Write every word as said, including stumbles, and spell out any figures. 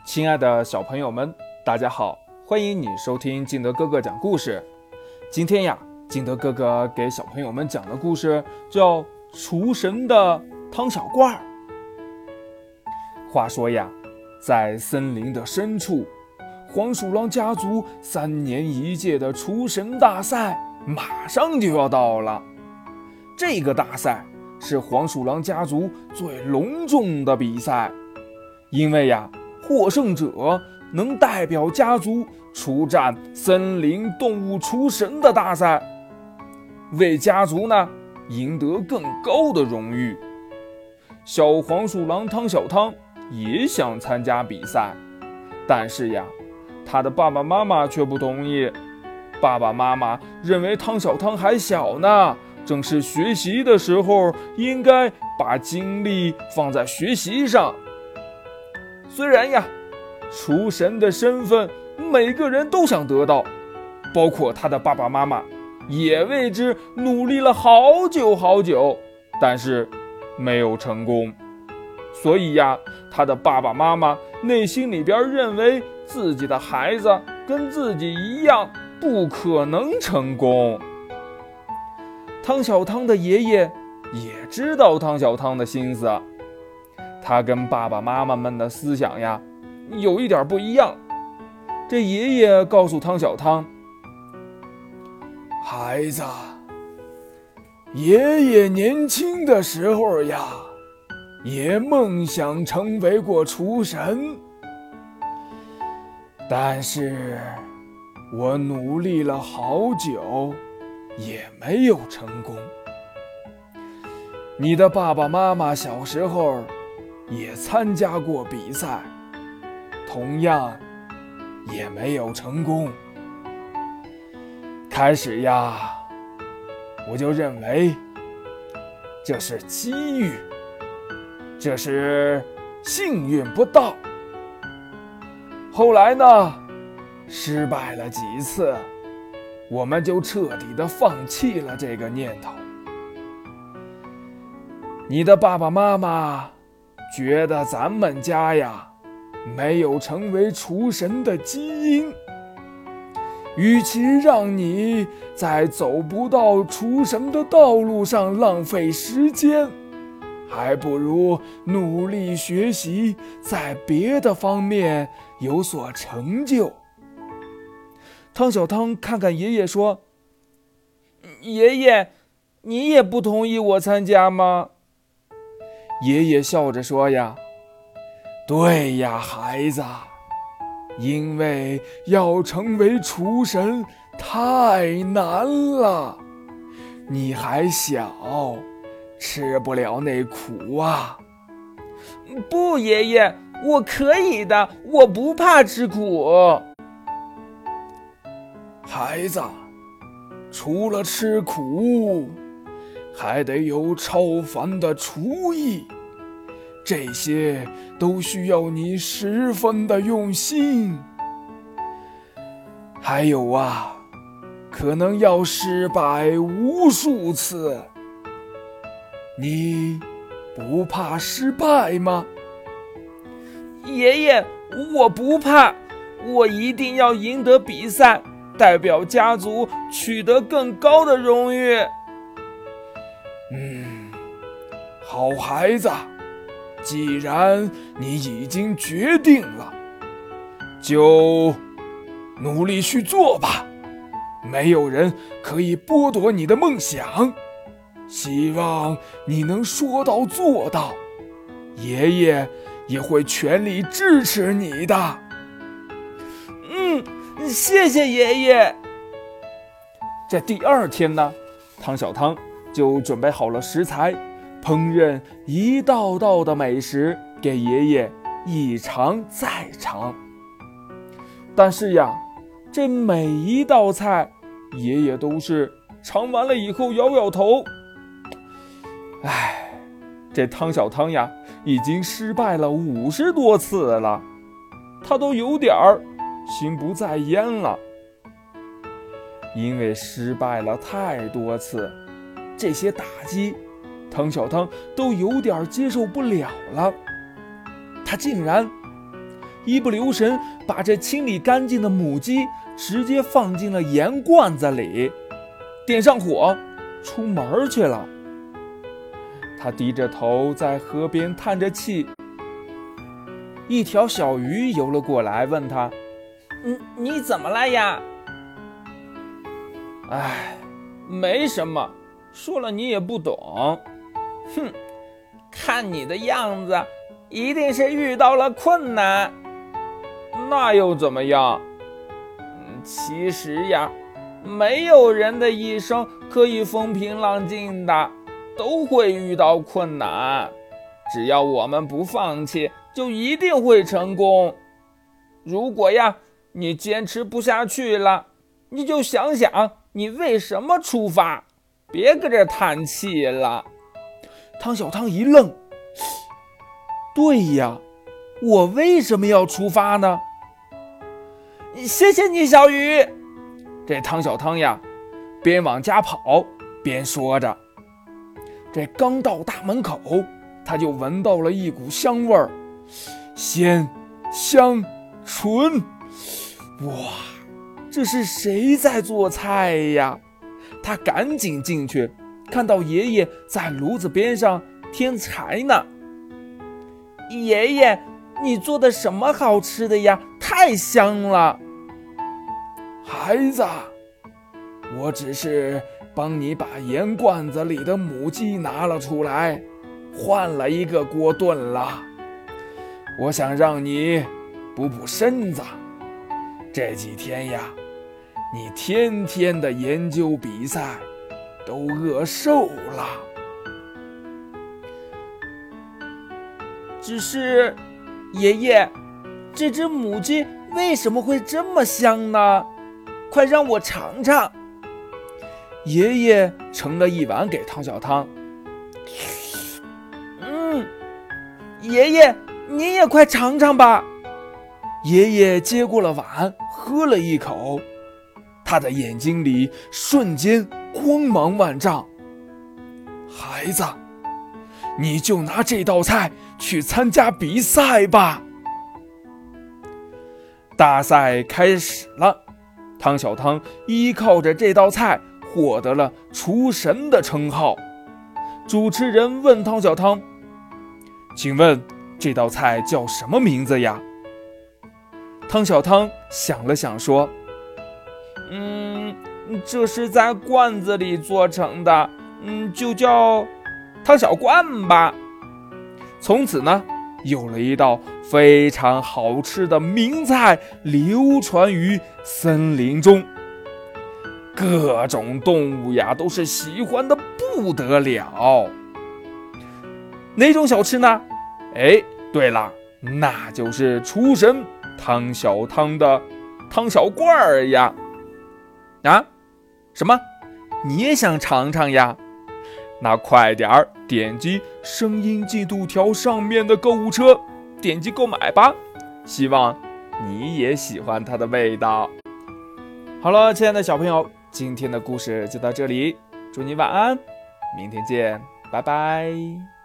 亲爱的小朋友们，大家好，欢迎你收听金德哥哥讲故事。今天呀，金德哥哥给小朋友们讲的故事叫《厨神的汤小罐》。话说呀，在森林的深处，黄鼠狼家族三年一届的厨神大赛马上就要到了。这个大赛是黄鼠狼家族最隆重的比赛，因为呀，获胜者能代表家族出战森林动物厨神的大赛，为家族呢赢得更高的荣誉。小黄鼠狼汤小汤也想参加比赛，但是呀，他的爸爸妈妈却不同意。爸爸妈妈认为汤小汤还小呢，正是学习的时候，应该把精力放在学习上。虽然呀，厨神的身份每个人都想得到，包括他的爸爸妈妈也为之努力了好久好久，但是没有成功。所以呀，他的爸爸妈妈内心里边认为自己的孩子跟自己一样不可能成功。汤小汤的爷爷也知道汤小汤的心思，他跟爸爸妈妈们的思想呀有一点不一样。这爷爷告诉汤小汤，孩子，爷爷年轻的时候呀也梦想成为过厨神，但是我努力了好久也没有成功。你的爸爸妈妈小时候也参加过比赛，同样也没有成功。开始呀，我就认为这是机遇，这是幸运不到。后来呢，失败了几次，我们就彻底的放弃了这个念头。你的爸爸妈妈觉得咱们家呀没有成为厨神的基因，与其让你在走不到厨神的道路上浪费时间，还不如努力学习，在别的方面有所成就。汤小汤看看爷爷说，爷爷，你也不同意我参加吗？爷爷笑着说呀，对呀，孩子，因为要成为厨神太难了，你还小，吃不了那苦啊。不，爷爷，我可以的，我不怕吃苦。孩子，除了吃苦，还得有超凡的厨艺，这些都需要你十分的用心。还有啊，可能要失败无数次。你不怕失败吗？爷爷，我不怕，我一定要赢得比赛，代表家族取得更高的荣誉。嗯，好孩子，既然你已经决定了，就努力去做吧，没有人可以剥夺你的梦想。希望你能说到做到，爷爷也会全力支持你的。嗯，谢谢爷爷。在第二天呢，汤小汤就准备好了食材，烹饪一道道的美食给爷爷一尝再尝。但是呀，这每一道菜爷爷都是尝完了以后摇摇头。唉，这汤小汤呀已经失败了五十多次了，他都有点儿心不在焉了。因为失败了太多次，这些打击汤小汤都有点接受不了了。他竟然一不留神把这清理干净的母鸡直接放进了盐罐子里，点上火，出门去了。他低着头在河边叹着气。一条小鱼游了过来，问他：“ 嗯，你怎么了呀？”“ 哎，没什么，说了你也不懂。”“ 哼，看你的样子，一定是遇到了困难。”“ 那又怎么样？”“ 其实呀，没有人的一生可以风平浪静的，都会遇到困难。只要我们不放弃，就一定会成功。如果呀，你坚持不下去了，你就想想你为什么出发，别搁这叹气了。” 汤小汤一愣，对呀，我为什么要出发呢？ 谢谢你，小鱼。 这汤小汤呀，边往家跑边说着。这刚到大门口，他就闻到了一股香味儿，鲜香醇。哇，这是谁在做菜呀？他赶紧进去，看到爷爷在炉子边上添柴呢。 爷爷，你做的什么好吃的呀？太香了。 孩子，我只是帮你把盐罐子里的母鸡拿了出来，换了一个锅炖了。我想让你补补身子。这几天呀，你天天的研究比赛，都饿瘦了。 只是，爷爷，这只母鸡为什么会这么香呢？快让我尝尝。 爷爷盛了一碗给汤小汤。 嗯，爷爷，你也快尝尝吧。 爷爷接过了碗，喝了一口，他的眼睛里瞬间光芒万丈。孩子，你就拿这道菜去参加比赛吧。大赛开始了，汤小汤依靠着这道菜获得了厨神的称号。主持人问汤小汤：“请问这道菜叫什么名字呀？”汤小汤想了想说：“ 嗯，这是在罐子里做成的，嗯，就叫汤小罐吧。” 从此呢，有了一道非常好吃的名菜流传于森林中，各种动物呀都是喜欢的不得了。哪种小吃呢？哎，对了，那就是厨神汤小汤的汤小罐儿呀！啊，什么？你也想尝尝呀？那快点儿点击声音进度条上面的购物车，点击购买吧！希望你也喜欢它的味道。好了，亲爱的小朋友，今天的故事就到这里，祝你晚安，明天见，拜拜。